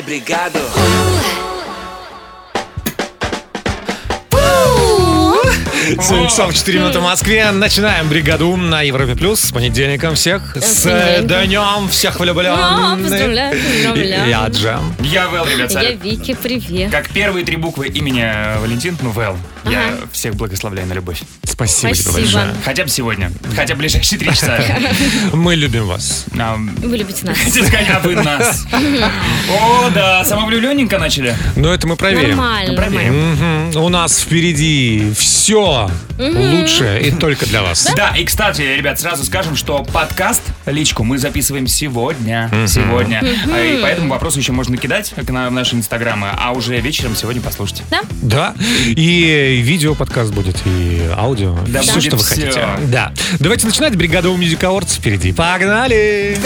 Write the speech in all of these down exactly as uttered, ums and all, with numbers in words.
бригаду. семь часов четыре минуты в Москве. Начинаем бригаду на Европе Плюс. С понедельником всех. С днем всех влюбленных. Поздравляю, поздравляю. Я Джем. Я Вэл, ребят. Я Вики, привет. Как первые три буквы имени Валентин, ну Вэл. Ага. Я всех благословляю на любовь. Спасибо, Спасибо. тебе большое. Хотя бы сегодня. Хотя бы ближайшие три часа. Мы любим вас. А, Вы любите нас. Хотите сказать, а вы нас. О, да, самовлюбленненько начали. Но это мы проверим. Нормально, Проверим. нормально. Мгм. У нас впереди все лучшее и только для вас. Да, и, кстати, ребят, сразу скажем, что подкаст, личку, мы записываем сегодня. Сегодня. А, И поэтому вопросы еще можно кидать на наши инстаграмы, а уже вечером сегодня послушайте. Да? Да, и видео подкаст будет, и аудио, Да, все, будет что вы всё. хотите. Да. Давайте начинать. Бригада у Music Awards впереди. Погнали!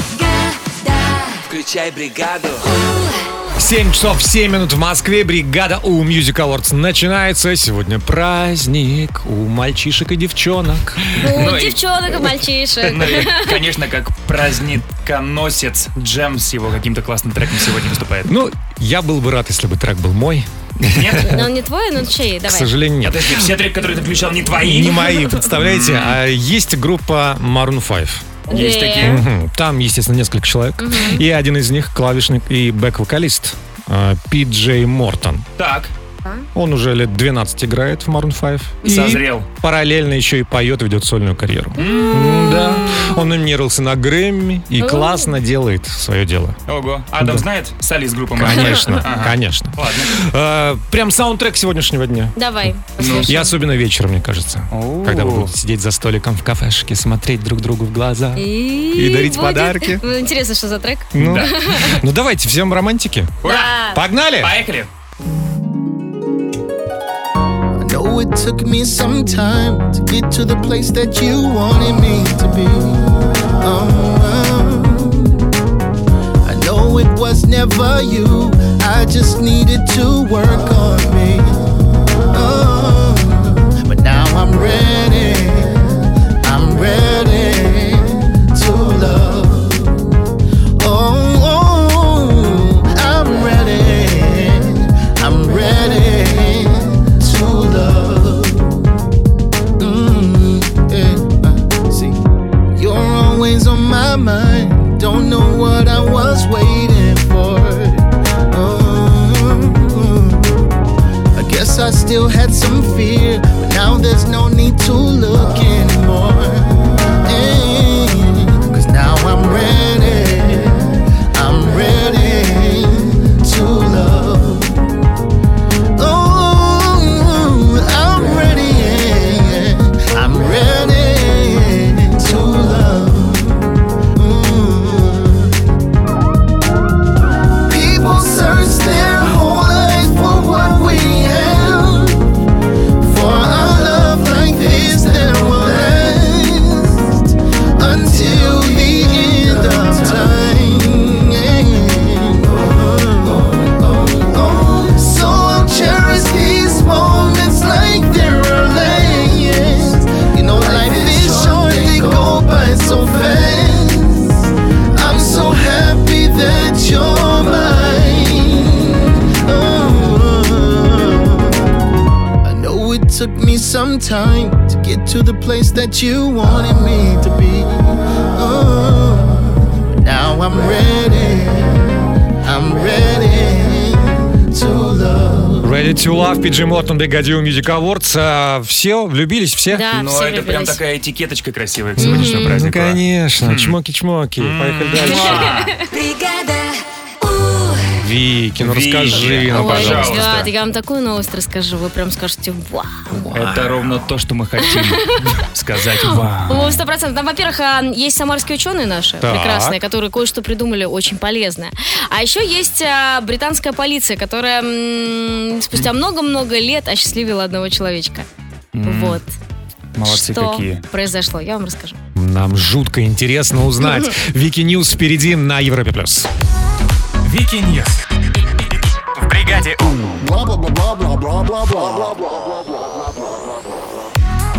Включай бригаду. семь часов семь минут в Москве. Бригада у Music Awards начинается. Сегодня праздник у мальчишек и девчонок. У Ну и- девчонок и мальчишек. Ну и, конечно, как праздниконосец Джем с его каким-то классным треком сегодня выступает. Ну, я был бы рад, если бы трек был мой. Нет? Но он не твой, но чей? К Давай. сожалению, нет. Подожди, все треки, которые ты включал, не твои? Не мои, представляете? А есть группа Maroon пять. Есть Э, такие. Мгм. Там, естественно, несколько человек. И один из них клавишник и бэк-вокалист э, Пи Джей Мортон. Так, Он уже лет двенадцать играет в Maroon пять. И созрел. параллельно еще и поет, ведет сольную карьеру. Да. Он номинировался на Грэмми и О. классно делает свое дело. Ого. Адам знает? Солист группы Maroon пять? Конечно, Ага. конечно. Ладно. Э, Прям саундтрек сегодняшнего дня. Давай. И послушаем. особенно вечером, мне кажется. О. Когда вы будете сидеть за столиком в кафешке, смотреть друг другу в глаза. И дарить будет- подарки. Ну, интересно, что за трек? Ну, Да. ну давайте, всем романтики. Ура! Погнали! Поехали! I know it took me some time to get to the place that you wanted me to be. Oh, I know it was never you. I just needed to work on me. Oh, but now I'm ready. I'm ready to love. Oh, oh, I'm ready. I'm ready to love. Mm, yeah. uh, See, you're always on my mind. Don't know what I was waiting for. Oh, I guess I still had some fear, but now there's no need to look anymore. Yeah, 'cause now I'm ready. I'm ready to love. Oh, I'm ready, yeah. I'm ready to love. Mm. People search their whole life for what we have. For our love like this that will last until the end of time. Yeah. Oh, oh. So I'll cherish these moments like they're our last. You know, life is short, they go by so fast. I'm so happy that you're mine. Oh, I know it took me some time to get to the place that you wanted me to be. Oh, but now I'm ready. I'm ready to love. Ready to Love, Пи Джей Мортон, Бригаде у Music Awards. А, все, влюбились все? Да, Но все это прям влюбились. такая этикеточка красивая к сегодняшнему Ну, празднику. конечно. Чмоки-чмоки. Поехали дальше. Вики, ну Вики. расскажи нам, Ну, Ой, пожалуйста. ребят, я вам такую новость расскажу, вы прям скажете вау. Это ровно то, что мы хотим сказать вам. О, Сто процентов. Там, во-первых, а, есть самарские ученые наши, Так. прекрасные, которые кое-что придумали очень полезное. А еще есть а, британская полиция, которая м, спустя много-много лет осчастливила одного человечка. Вот. Молодцы Что какие. произошло, я вам расскажу. Нам жутко интересно узнать. Вики Ньюс впереди на Европе+. плюс. Вики Ньюс. В бригаде У.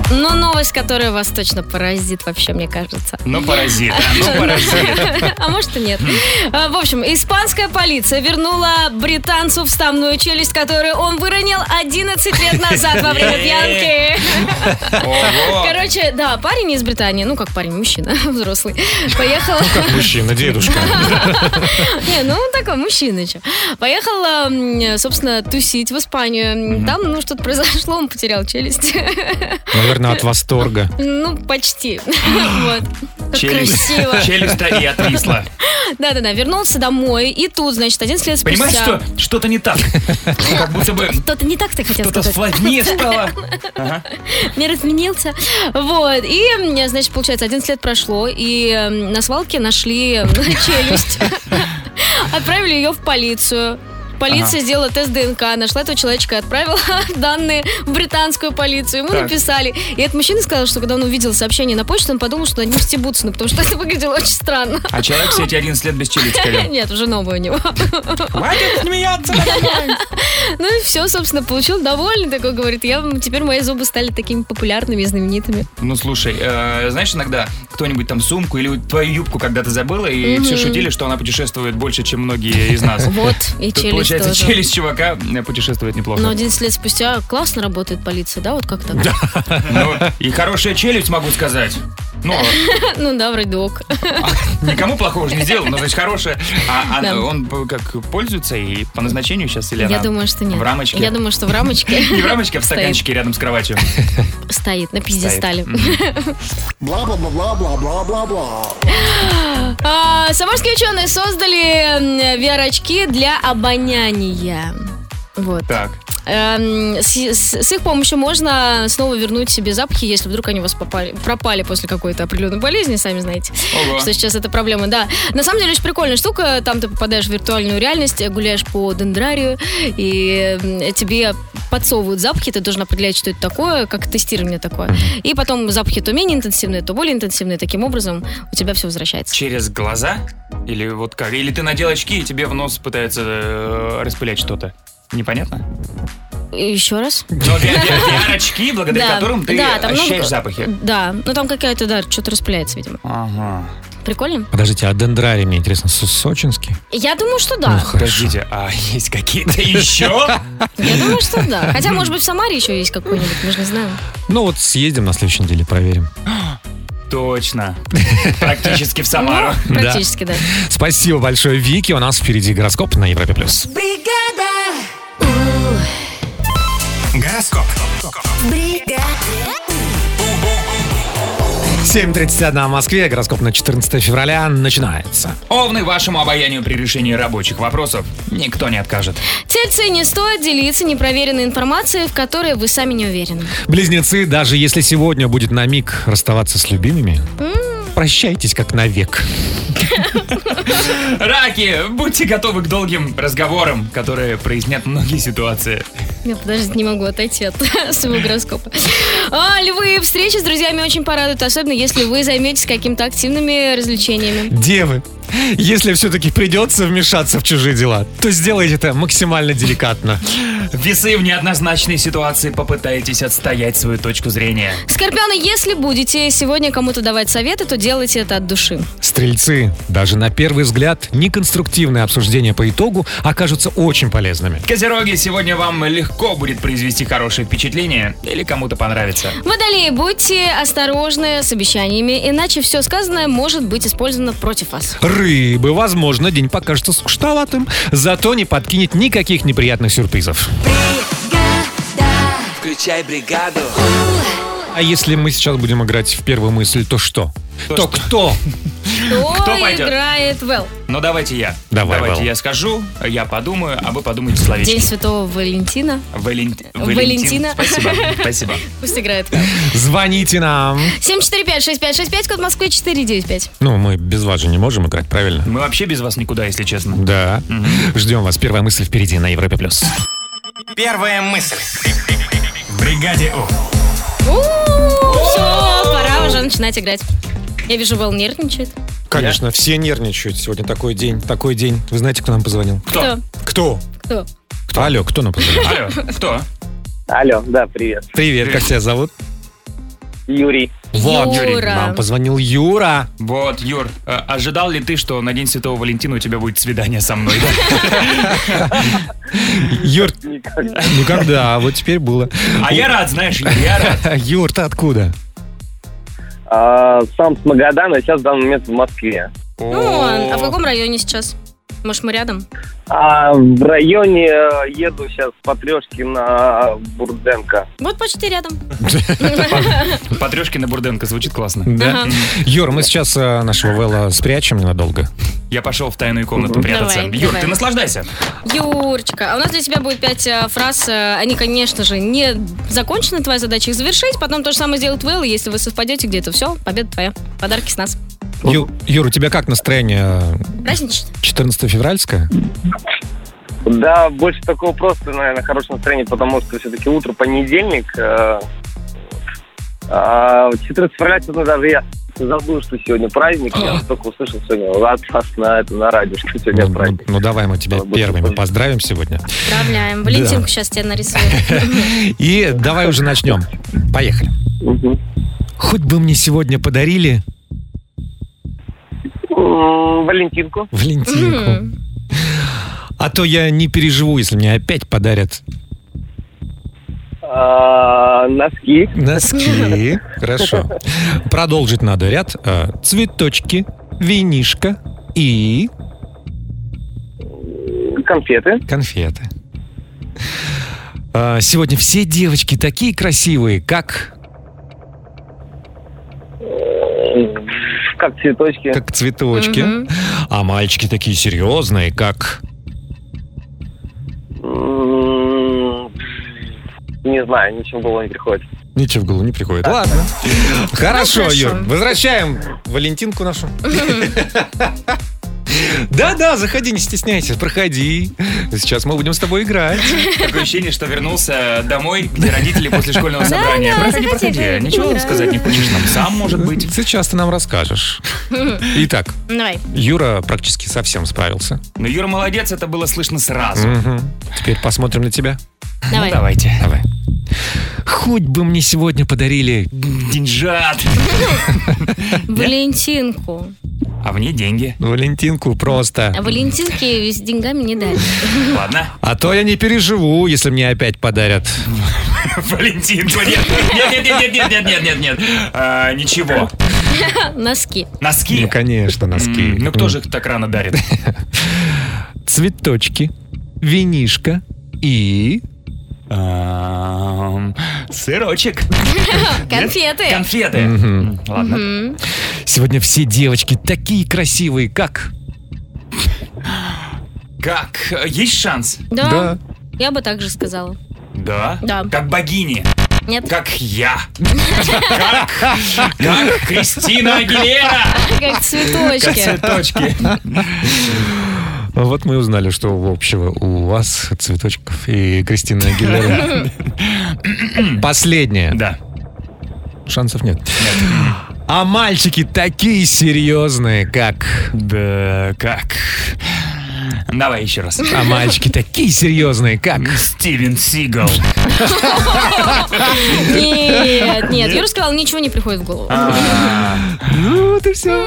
Но новость, которая вас точно поразит вообще, мне кажется. Ну, паразит, ну, паразит. А может и нет. В общем, испанская полиция вернула британцу вставную челюсть, которую он выронил одиннадцать лет назад во время пьянки. Ого. Короче, да, парень из Британии, ну как парень, мужчина, взрослый, поехал... Как мужчина, дедушка. Не, ну такой мужчина еще. Поехал, м, собственно, тусить в Испанию. Там, ну, что-то произошло, он потерял челюсть. Наверное, от восторга. Ну, почти. Вот. Как Челюсть, красиво. челюсть и отвисла. Да-да-да, вернулся домой, и тут, значит, одиннадцать лет спустя... Понимаешь, что что-то не так? Как будто бы Что-то не так ты хотел что-то сказать. сложнее стало. Ага. Не разменился. Вот. И, значит, получается, одиннадцать лет прошло, и э, на свалке нашли челюсть. Отправили ее в полицию. Полиция Ага. сделала тест ДНК, нашла этого человечка и отправила данные в британскую полицию. Ему Так. написали. И этот мужчина сказал, что когда он увидел сообщение на почту, он подумал, что они стебутся, ну, потому что это выглядело очень странно. А человек все эти одиннадцать лет без челюсти ходил. Нет, уже новый у него. Хватит смеяться. Ну и все, собственно, получил довольный такой, говорит, я теперь мои зубы стали такими популярными и знаменитыми. Ну, слушай, э, знаешь, иногда кто-нибудь там сумку или твою юбку когда-то забыла, и все шутили, что она путешествует больше, чем многие из нас. Вот, и Тут, челюсть получается, тоже. челюсть чувака э, путешествует неплохо. Но одиннадцать лет спустя классно работает полиция, да, вот как так? Ну, и хорошая челюсть, могу сказать. Ну, Ну да, вроде ок. никому плохого же не сделал, но, значит, хорошая. А, а Да. он как пользуется и по назначению сейчас или Я она думаю, что нет. в рамочке? Я думаю, что в рамочке Не в рамочке, а в стоит. стаканчике рядом с кроватью. Стоит на пьедестале. Бла-бла-бла-бла-бла-бла-бла. А, Самарские ученые создали м, ви ар-очки для обоняния. Вот. Так. Эм, С, с- с их помощью можно снова вернуть себе запахи, если вдруг они у вас попали, пропали после какой-то определенной болезни, сами знаете, Ого. что сейчас это проблема. Да, на самом деле очень прикольная штука. Там ты попадаешь в виртуальную реальность, гуляешь по дендрарию, и м, тебе подсовывают запахи, ты должен определять, что это такое, как тестирование такое. И потом запахи то менее интенсивные, то более интенсивные. Таким образом у тебя все возвращается. Через глаза? Или вот как? Или ты надел очки, и тебе в нос пытается э, распылять что-то? Непонятно? И еще раз. Но ви ар-очки, благодаря которым ты да, там, ну, ощущаешь запахи. Да, ну там какая-то, да, что-то распыляется, видимо. Ага. Прикольно? Подождите, а дендрарий, мне интересно, с- сочинский? Я думаю, что да. Ну, хорошо. Подождите, а есть какие-то еще? Я думаю, что да. Хотя, может быть, в Самаре еще есть какой-нибудь, мы же не знаем. Ну вот съездим на следующей неделе, проверим. Точно. Практически в Самару. Ну, практически, да. Спасибо большое, Вики. У нас впереди гороскоп на Европе+. плюс. Гороскоп. семь тридцать один в Москве. Гороскоп на четырнадцатое февраля начинается. Овны, вашему обаянию при решении рабочих вопросов никто не откажет. Тельцы, не стоит делиться непроверенной информацией, в которой вы сами не уверены. Близнецы, даже если сегодня будет на миг расставаться с любимыми, прощайтесь как навек. Раки, будьте готовы к долгим разговорам, которые прояснят многие ситуации. Я, подождите, не могу отойти от своего гороскопа. А, львы, встречи с друзьями очень порадуют, особенно если вы займетесь какими-то активными развлечениями. Девы, если все-таки придется вмешаться в чужие дела, то сделайте это максимально деликатно. Весы, в неоднозначной ситуации попытайтесь отстоять свою точку зрения. Скорпионы, если будете сегодня кому-то давать советы, то делайте это от души. Стрельцы, даже на первый взгляд, неконструктивные обсуждения по итогу окажутся очень полезными. Козероги, сегодня вам легко будет произвести хорошее впечатление или кому-то понравится. Водолеи, будьте осторожны с обещаниями, иначе все сказанное может быть использовано против вас. Рыбы, возможно, день покажется скучноватым, зато не подкинет никаких неприятных сюрпризов. Включай бригаду. А если мы сейчас будем играть в первую мысль, то что? То То что? кто? Кто, Кто пойдет? играет Вэл? Ну давайте я. Давай, Давайте Вэл. я скажу, я подумаю, а вы подумайте словечки. День Святого Валентина. Вален- Валентина. Спасибо, спасибо. Пусть играет Вэл. Звоните нам. семь четыре пять шесть пять шесть пять, код Москвы четыре девять пять. Ну, мы без вас же не можем играть, правильно? Мы вообще без вас никуда, если честно. Да. Ждем вас. Первая мысль впереди на Европе+. плюс. Первая мысль. В бригаде У. Все, пора уже начинать играть. Я вижу, Вэл нервничает. Конечно, все нервничают. Сегодня такой день, такой день. Вы знаете, кто нам позвонил? Кто? Кто? Кто? Кто? Алло, кто нам позвонил? Алло, кто? Алло, да, привет. Привет, как тебя зовут? Юрий. Вот, Юра. нам позвонил Юра. Вот, Юр, э, ожидал ли ты, что на День Святого Валентина у тебя будет свидание со мной? Юр, Никогда. никогда, а вот теперь было. А я рад, знаешь, Юр, я рад. Юр, ты откуда? А, сам с Магадана, сейчас в данный момент в Москве. Ну, а в каком районе сейчас? Может, мы рядом? А в районе э, еду сейчас по трешке на Бурденко. Вот почти рядом. По трешке на Бурденко звучит классно. Да. Ага. Юр, мы сейчас э, нашего Вэлла спрячем ненадолго. Я пошел в тайную комнату прятаться. Давай, Юр, давай. ты наслаждайся. Юрочка, а у нас для тебя будет пять э, фраз. э, Они, конечно же, не закончены. Твоя задача их завершить. Потом то же самое сделает Вэлл. И если вы совпадете где-то, все, победа твоя. Подарки с нас. Ю- Юр, у тебя как настроение? Праздничный. четырнадцатого-февральское? Да, больше такого просто, наверное, хорошее настроение, потому что все-таки утро понедельник. э, а четырнадцатого февраля, честно, даже я забыл, что сегодня праздник. Я только услышал сегодня от вас на, это, на радио, что сегодня Ну, праздник. ну, ну, давай мы тебя Будет первыми позже. поздравим сегодня. Поздравляем. Валентинку сейчас тебе нарисую. И давай уже начнем. Поехали. Мгм. Хоть бы мне сегодня подарили М, Валентинку. Валентинку. М. А то я не переживу, если мне опять подарят А, носки. носки. Хорошо. Продолжить надо ряд. А, Цветочки, винишко и Конфеты. конфеты. А, Сегодня все девочки такие красивые, как, М, Как цветочки. как цветочки. Мгм. А мальчики такие серьезные, как... М, Не знаю, ничего в голову не приходит. Ничего в голову не приходит. Ладно. Хорошо, хорошо. Юр. Возвращаем Валентинку нашу. Да-да, заходи, не стесняйся, проходи. Сейчас мы будем с тобой играть. Такое ощущение, что вернулся домой, где родители после школьного Да, собрания. да, Проходи, заходи, проходи. да. Ничего Да. сказать не хочешь нам сам, может быть. Сейчас ты нам расскажешь. Итак, Давай. Юра практически совсем справился. Но Юра молодец, это было слышно сразу. Мгм. Теперь посмотрим на тебя. Давай. Давайте. Давай. Хоть бы мне сегодня подарили... Деньжат. Валентинку. А мне деньги. Валентинку просто. А Валентинки с деньгами не дали. Ладно. А то я не переживу, если мне опять подарят. Валентинку. Нет, нет, нет, нет, нет, нет, нет, нет, нет. А, ничего. Носки. Носки. Ну, конечно, носки. М, Ну кто же их так рано дарит? Цветочки, винишко и... Ам, Сырочек. Конфеты. Конфеты. Мгм. Ладно. Мгм. Сегодня все девочки такие красивые, как... Как? Есть шанс? Да. Я бы так же сказала. Да? Да. Как богини. Нет? Как я. Как, как Кристина Агилера. Как Как цветочки. цветочки. Вот мы и узнали, что общего у вас, цветочков и Кристины Агилеры. Последнее. Да. Шансов нет. А мальчики такие серьезные, как... Да, как? Давай еще раз. А мальчики такие серьезные, как... Стивен Сигал. Нет, нет. Юра сказал, ничего не приходит в голову. А, Ну, вот и все.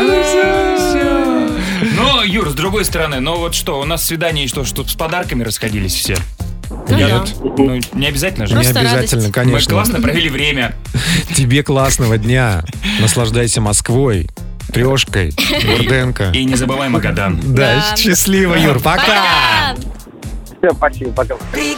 Ну, Юр, с другой стороны, ну вот что, у нас свидание, и что, чтобы с подарками расходились все? Ну Я да. вот, ну, не обязательно же. Не Просто обязательно, радость. Мы конечно. классно провели время. Тебе классного дня. Наслаждайся Москвой, трешкой, Бурденко. И не забывай Магадан. Да, Да. счастливо, Юр. Пока. Пока! Все, спасибо, пока.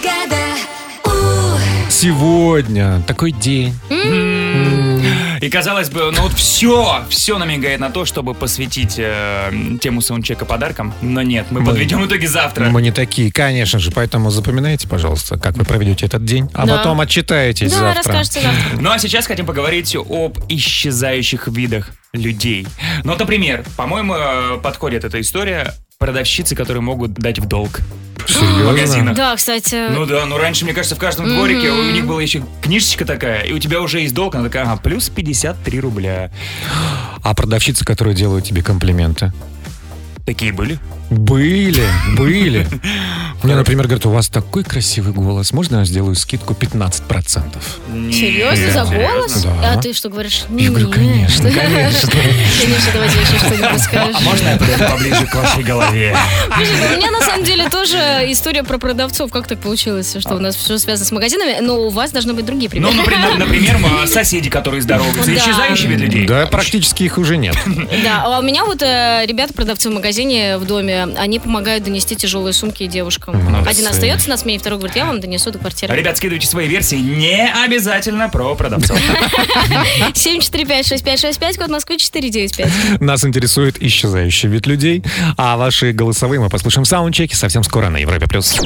Сегодня такой день. И казалось бы, ну вот все, все намекает на то, чтобы посвятить э, тему саундчека подаркам. Но нет, мы Мы- подведем итоги завтра. Мы не такие, конечно же, поэтому запоминайте, пожалуйста, как вы проведете этот день, а Да. потом отчитаетесь Да, завтра. расскажете завтра. Ну а сейчас хотим поговорить об исчезающих видах людей. Ну, вот, например, по-моему, э, подходит эта история продавщицы, которые могут дать в долг. Серьезно? магазинах. Да, кстати. Ну да, ну раньше, мне кажется, в каждом дворике у них была еще книжечка такая, и у тебя уже есть долг, она такая, ага, плюс пятьдесят три рубля. А продавщицы, которые делают тебе комплименты? Такие были? Были, были. Мне, например, говорят, у вас такой красивый голос. Можно я сделаю скидку пятнадцать процентов? Серьезно, за голос? Да. А ты что говоришь? Я говорю, Нет. конечно, конечно. Конечно, давайте еще что-нибудь скажешь. А можно я подойду поближе к вашей голове? Слушай, ну, у меня на самом деле тоже история про продавцов. Как так получилось, что у нас все связано с магазинами, но у вас должны быть другие Ну, примеры. например, например, м, соседи, которые здороваются, Да. исчезающий вид людей. Да, практически их уже нет. Да, а у меня вот э, ребята-продавцы в магазине в доме, они помогают донести тяжелые сумки девушкам. Молодцы. Один остается на смене, второй говорит, я вам донесу до квартиры. Ребят, скидывайте свои версии, не обязательно про продавцов. семь четыре пять шесть пять шесть пять, код Москвы четыре девять пять. Нас интересует исчезающий вид людей. А ваши голосовые мы послушаем в саундчеке совсем скоро на Европе+. плюс.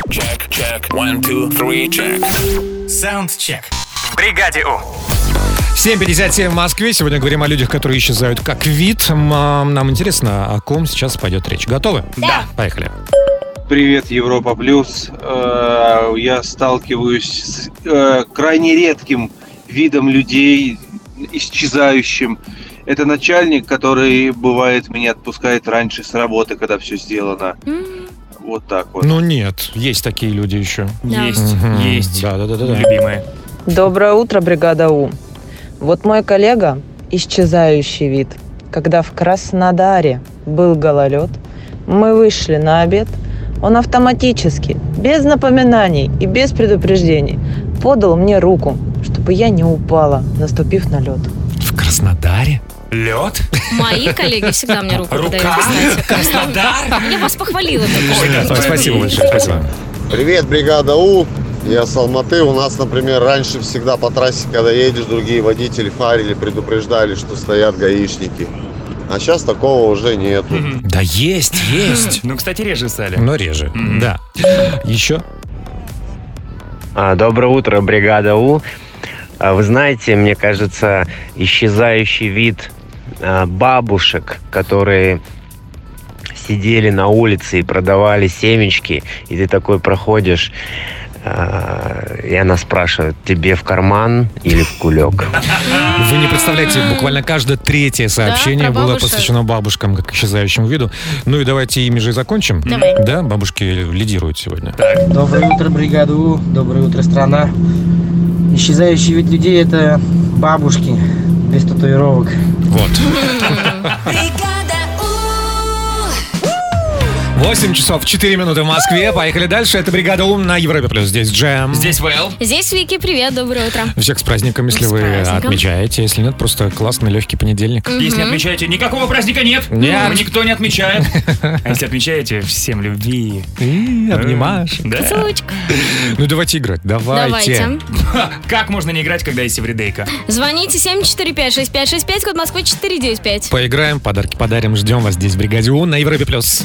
Саундчек. В бригаде У. семь пятьдесят семь в Москве. Сегодня говорим о людях, которые исчезают как вид. М, Нам интересно, о ком сейчас пойдет речь. Готовы? Да. Поехали. Привет, Европа Плюс. Э, Я сталкиваюсь с э, крайне редким видом людей, исчезающим. Это начальник, который, бывает, меня отпускает раньше с работы, когда все сделано. Вот так вот. Ну нет, есть такие люди еще. Да. Есть, Мгм. есть. Да, да, да, да, да. Любимые. Доброе утро, бригада У. Вот мой коллега – исчезающий вид. Когда в Краснодаре был гололед, мы вышли на обед, он автоматически, без напоминаний и без предупреждений, подал мне руку, чтобы я не упала, наступив на лед. В Краснодаре? Лед? Мои коллеги всегда мне руку подают, Рука? кстати. Краснодар? Я вас похвалила. Ой, да, Ой, спасибо большое, спасибо. Привет, бригада У. Я с Алматы. У нас, например, раньше всегда по трассе, когда едешь, другие водители фарили, предупреждали, что стоят гаишники. А сейчас такого уже нету. Да есть, есть. Ну, кстати, реже стали. Но реже, да. Еще? А, Доброе утро, бригада У. А, Вы знаете, мне кажется, исчезающий вид а, бабушек, которые сидели на улице и продавали семечки, и ты такой проходишь, а, и она спрашивает, тебе в карман или в кулек? Вы не представляете, буквально каждое третье сообщение про было бабушек. посвящено бабушкам, как исчезающему виду. Ну и давайте ими же и закончим. Давай. Да, бабушки лидируют сегодня. Доброе утро, бригада У. Доброе утро, страна. Исчезающий вид людей – это бабушки без татуировок. Вот. восемь часов четыре минуты в Москве. Поехали дальше. Это «Бригада У» на Европе+. плюс. Здесь Джем. Здесь Вэл. Здесь Вики, привет, доброе утро. Всех с праздником, если С вы праздником. отмечаете. Если нет, просто классный легкий понедельник. Если не отмечаете, никакого праздника нет. Нет. Никто не отмечает. А если отмечаете, всем любви. И обнимашек. Да. Поцелуйчик. Ну давайте играть. Давайте. Давайте. Ха, Как можно не играть, когда есть эвридейка? Звоните семь четыре пять шесть пять шесть пять, код Москвы четыре девять пять. Поиграем, подарки подарим. Ждем вас здесь в «Бригаде У» на Европе+. плюс.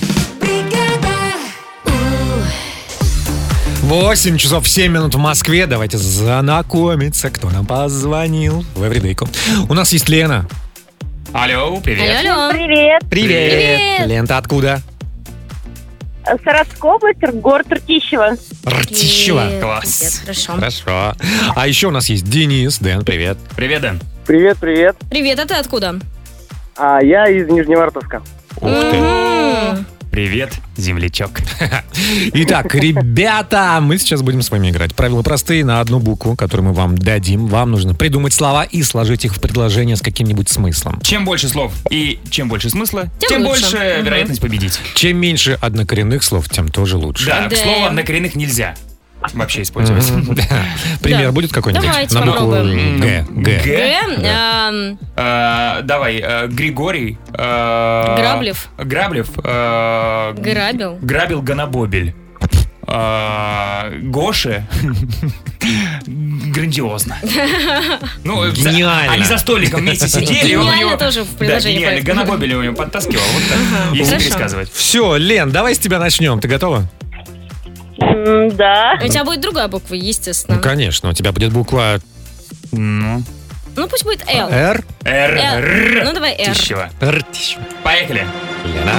восемь часов семь минут в Москве. Давайте знакомиться, кто нам позвонил в Эвридейку. У нас есть Лена. Алло, привет. Алло, алло. Привет. Привет. Привет. Лента откуда? Саратовская область, город Ртищево. Ртищево. Привет. Класс. Привет, Хорошо. Хорошо. А еще у нас есть Денис. Дэн, привет. Привет, Дэн. Привет, привет. Привет, а ты откуда? А я из Нижневартовска. Ух ты. М. Привет, землячок. Итак, ребята, мы сейчас будем с вами играть. Правила простые, на одну букву, которую мы вам дадим. Вам нужно придумать слова и сложить их в предложение с каким-нибудь смыслом. Чем больше слов и чем больше смысла, Тем тем, лучше. больше Мгм. вероятность победить. Чем меньше однокоренных слов, тем тоже лучше. Да, Да. слово однокоренных нельзя вообще использовать. Мгм. Да. Пример Да. будет какой-нибудь? Давайте На букву попробуем. Г. Г. Г. Да. эм, А, Давай, э, Григорий. э, Граблев. Граблев. э, Грабил. Грабил Ганабобель. А, Гоше. Грандиозно. Ну, за- Гениально. Они за столиком вместе сидели. и он у Гениально него- тоже в Да, предложении гениально. поэтому. Ганабобель у него подтаскивал. Вот так. Если Хорошо. пересказывать. Все, Лен, давай с тебя начнем. Ты готова? М, Да. У тебя будет другая буква, естественно. Ну, конечно. У тебя будет буква Ну. Ну, пусть будет Л. Р. Р. Р. Р. Ну, давай Р. Тищево. Р. Поехали. Лена.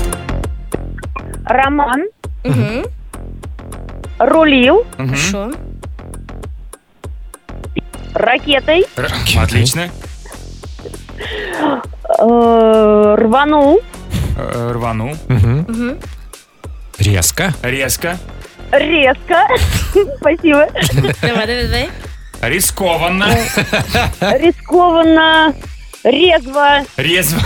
Роман. Мгм. Рулил. Мгм. Хорошо. Ракетой. Р- Отлично. э, Рванул. Э, Рванул. Мгм. Мгм. Резко. Резко. Резко. Спасибо. Давай, давай, давай. Рискованно. Рискованно. Резво. Резво.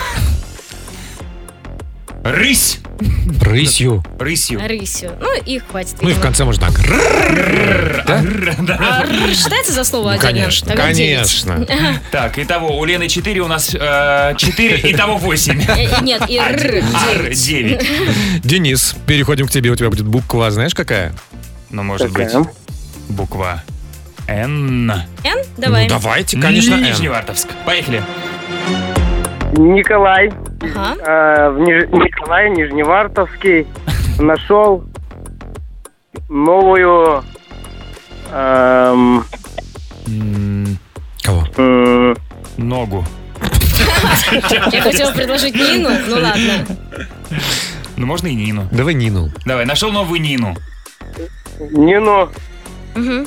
Рысь. Рысью. Рысью. Рысью. Ну и хватит. Ну и в видимо. конце можно так. Да? А р считается за слово Ну, отдельно? конечно, Тогда девять. конечно. Так, итого, у Лены четыре, у нас четыре, итого восемь. Э, Нет, и р. Ар, девять. девять. Денис, переходим к тебе. У тебя будет буква, знаешь какая? Ну, может быть, Какая? буква Н. Н? Давай. Ну, давайте, конечно, Н. Нижневартовск. Поехали. Николай. Ага. э, в Ниж- Николай, Нижневартовский, нашел новую... эм, М, Кого? м, Ногу. Я хотела предложить Нину, ну ладно. Ну, можно и Нину. Давай Нину. Давай, нашел новую Нину. Нину. Мгм.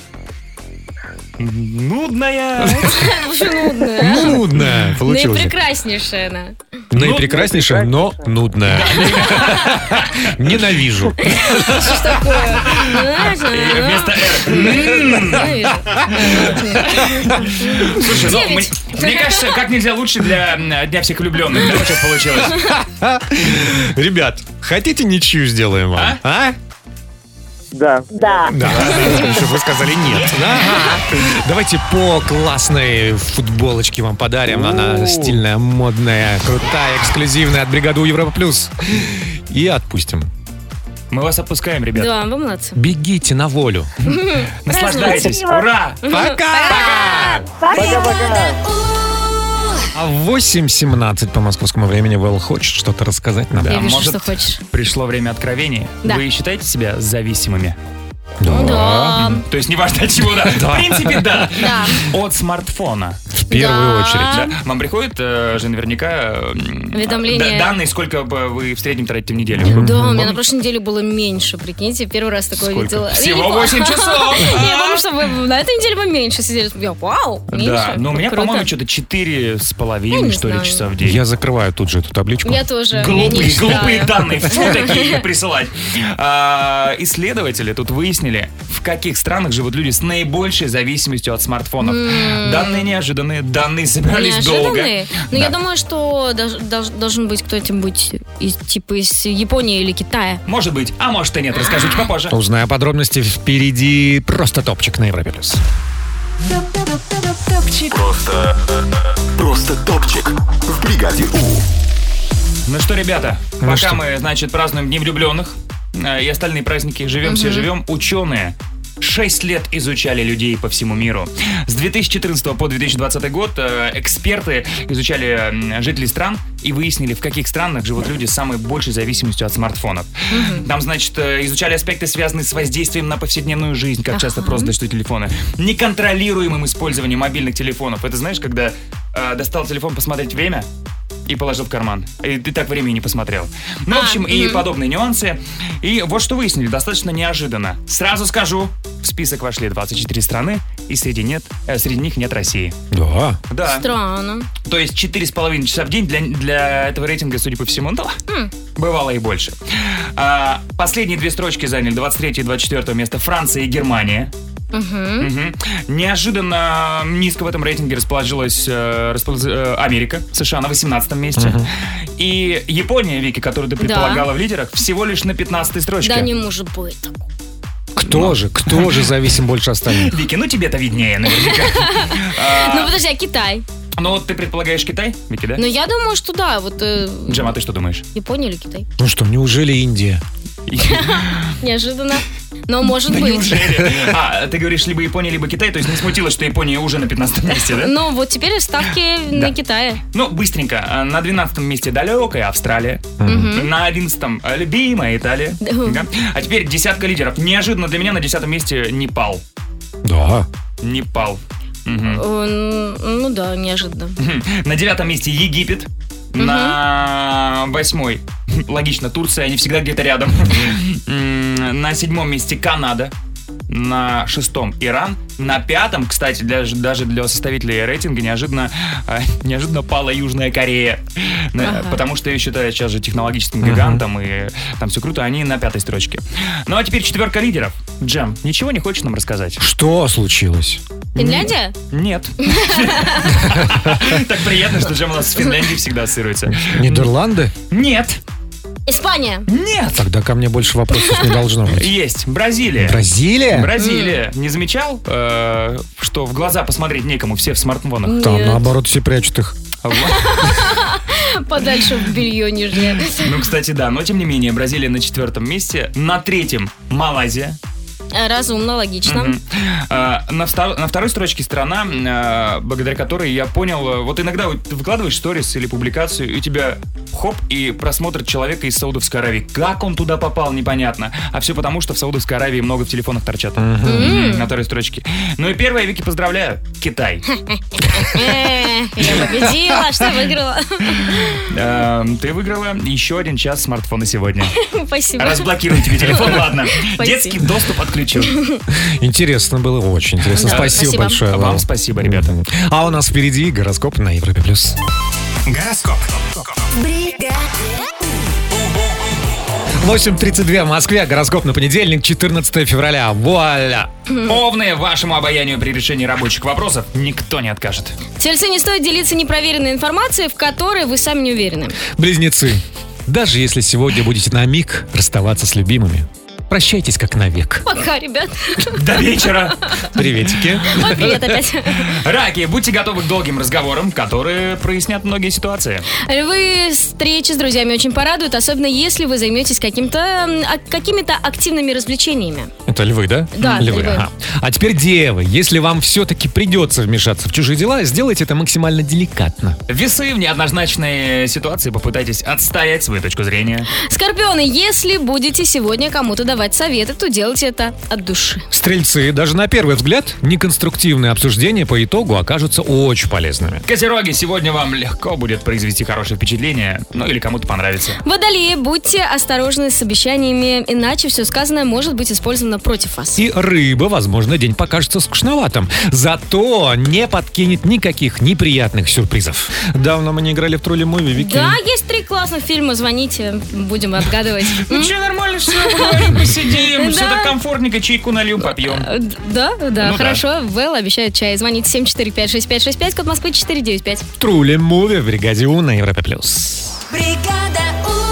Нудная. Очень нудная. Нудная получилось. Наипрекраснейшая она. Наипрекраснейшая, но нудная. Ненавижу. Что ж такое? И Вместо «Р». Слушай, ну, Девять. мне- мне кажется, как нельзя лучше для м, Дня всех влюбленных. Да, сейчас получилось. Ребят, хотите ничью сделаем вам? А? Да. Да. Да. Чтобы вы сказали нет. Ага. Давайте по классной футболочке вам подарим. Она стильная, модная, крутая, эксклюзивная от бригады У Европа Плюс. И отпустим. Мы вас отпускаем, ребят. Да, вы молодцы. Бегите на волю. Наслаждайтесь. Ура! Пока! Пока-пока. А в восемь семнадцать по московскому времени Вэл хочет что-то рассказать нам. Я вижу, может, что хочешь. Пришло время откровений. Да. Вы считаете себя зависимыми? Да. То есть неважно от чего, да. В принципе, да. Да. От смартфона. В первую Да. очередь. Да. Вам приходит э, же наверняка м, Уведомление. да- данные, сколько бы вы в среднем тратите в неделю. Да, у меня на прошлой неделе было меньше, прикиньте. Первый раз такое Сколько? видела. Всего Я не восемь помню. часов. Я помню, что вы на этой неделе мы меньше сидели. Я, вау, меньше. Да, но у меня, Круто. по-моему, что-то четыре с Я половиной, не что ли, знаю. часа в день. Я закрываю тут же эту табличку. Я тоже. я не Глупые, читаю. глупые данные, фу, такие присылать. А, исследователи тут выяснили, в каких странах живут люди с наибольшей зависимостью от смартфонов. Данные неожиданные, данные собирались долго. Неожиданные. Но Да. я думаю, что дож- дож- должен быть кто-нибудь из, типа из Японии или Китая. Может быть, а может и нет, расскажу чуть попозже. Узнаем подробности впереди. Просто топчик на Европе Плюс. Просто... Просто топчик в бригаде У. Ну что, ребята, Ну пока что? мы, значит, празднуем Дни влюбленных э, и остальные праздники, живем все живем, ученые шесть лет изучали людей по всему миру. С две тысячи четырнадцатого по две тысячи двадцатый год э, эксперты изучали м, жителей стран и выяснили, в каких странах живут люди с самой большей зависимостью от смартфонов. Там, значит, э, изучали аспекты, связанные с воздействием на повседневную жизнь, как часто просто достают телефоны, неконтролируемым использованием мобильных телефонов. Это знаешь, когда э, достал телефон посмотреть время и положил в карман. И ты так времени не посмотрел. Ну, в общем, и подобные нюансы. И вот что выяснили, достаточно неожиданно. Сразу скажу, в список вошли двадцать четыре страны, и среди, нет, э, среди них нет России. Да. Да. Странно. То есть четыре с половиной часа в день для, для этого рейтинга, судя по всему, да, бывало и больше. А, последние две строчки заняли двадцать третье и двадцать четвёртое место Франция и Германия. Мгм. Мгм. Неожиданно низко в этом рейтинге расположилась э, располож- э, Америка, США на восемнадцатом месте. Мгм. И Япония, Вики, которую ты предполагала в лидерах, всего лишь на пятнадцатой строчке. Да не может быть. Кто же, кто же зависим больше остальных? Вики, ну тебе-то виднее наверняка. Ну подожди, а Китай? Ну вот ты предполагаешь Китай, Вики, да? Ну я думаю, что да, вот э, Джем, а ты что думаешь? Япония или Китай? Ну что, неужели Индия? Неожиданно. Но может Да быть. неужели? А, ты говоришь либо Япония, либо Китай, то есть не смутило, что Япония уже на пятнадцатом месте, да? Ну вот теперь ставки Да. на Китае. Ну, быстренько. А, На двенадцатом месте далекая Австралия. Мгм. На одиннадцатом а, любимая Италия. Да. Да. А теперь десятка лидеров. Неожиданно для меня на десятом месте Непал. Да. Непал. Мгм. Э, Ну да, неожиданно. На девятом месте Египет. На восьмой, логично, Турция, они всегда где-то рядом. М, На седьмом месте Канада. На шестом Иран. На пятом, кстати, для, даже для составителей рейтинга неожиданно, э, неожиданно пала Южная Корея. Ага. Потому что ее считают сейчас же технологическим гигантом, ага. и там все круто. Они на пятой строчке. Ну а теперь четверка лидеров. Джем, ничего не хочешь нам рассказать? Что случилось? Финляндия? Нет. Так приятно, что Джем у нас с Финляндией всегда ассоциируется. Нидерланды? Нет. Испания? Нет. Тогда ко мне больше вопросов не должно быть. Есть. Бразилия. Бразилия? Бразилия. Не замечал, э, что в глаза посмотреть некому, все в смартфонах? Там, наоборот, все прячут их. Подальше в белье нижнее. Ну, кстати, да. Но, тем не менее, Бразилия на четвертом месте. На третьем Малайзия. Разумно, логично. Mm-hmm. а, на, втор- на второй строчке страна, а, благодаря которой я понял, вот иногда вот ты выкладываешь сторис или публикацию, и у тебя хоп, и просмотр человека из Саудовской Аравии. Как он туда попал, непонятно. А все потому, что в Саудовской Аравии много в телефонах торчат. Mm-hmm. Mm-hmm. На второй строчке. Ну и первое, Вики, поздравляю, Китай. Я победила, что выиграла? Ты выиграла еще один час смартфона сегодня. Спасибо. Разблокирую тебе телефон, ладно. Детский доступ отключен. Интересно было, очень интересно. Да, спасибо, спасибо большое. Вам спасибо, ребята. А у нас впереди гороскоп на Европе плюс. Гороскоп. восемь тридцать два в Москве. Гороскоп на понедельник, четырнадцатое февраля. Вуаля! Овны, вашему обаянию при решении рабочих вопросов никто не откажет. Тельцы, не стоит делиться непроверенной информацией, в которой вы сами не уверены. Близнецы, даже если сегодня будете на миг расставаться с любимыми, прощайтесь как навек. Пока, ребят. До вечера. Приветики. Ой, привет опять. Раки, будьте готовы к долгим разговорам, которые прояснят многие ситуации. Львы, встречи с друзьями очень порадуют, особенно если вы займетесь каким-то, какими-то активными развлечениями. Это львы, да? Да, львы. львы. Ага. А теперь девы. Если вам все-таки придется вмешаться в чужие дела, сделайте это максимально деликатно. Весы, в неоднозначной ситуации попытайтесь отстоять свою точку зрения. Скорпионы, если будете сегодня кому-то давать советы, то делайте это от души. Стрельцы, даже на первый взгляд, неконструктивные обсуждения по итогу окажутся очень полезными. Козероги, сегодня вам легко будет произвести хорошее впечатление, ну или кому-то понравится. Водолеи, будьте осторожны с обещаниями, иначе все сказанное может быть использовано против вас. И рыба, возможно, день покажется скучноватым, зато не подкинет никаких неприятных сюрпризов. Давно мы не играли в тролли муви, Вики. Да, есть три классных фильма, звоните, будем отгадывать. Ну что, нормально все, поговорим, посидим, все так комфортненько, чайку нальем, попьем. Да, да, хорошо. Вэл обещает чай. Звоните семь четыре пять шесть пять шесть пять, код Москвы четыре девять пять. Тролли муви в бригаде У на Европе плюс. Бригада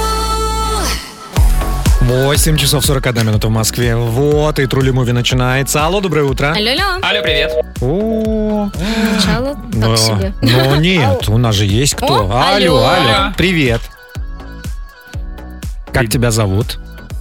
У. восемь часов сорок одна минута в Москве. Вот и Тролли муви начинается. Алло, доброе утро. Алло, алло. Алло, привет. О, Начало но, так себе. но нет, у нас же есть кто. О, алло, алло. алло, привет. Как тебя зовут?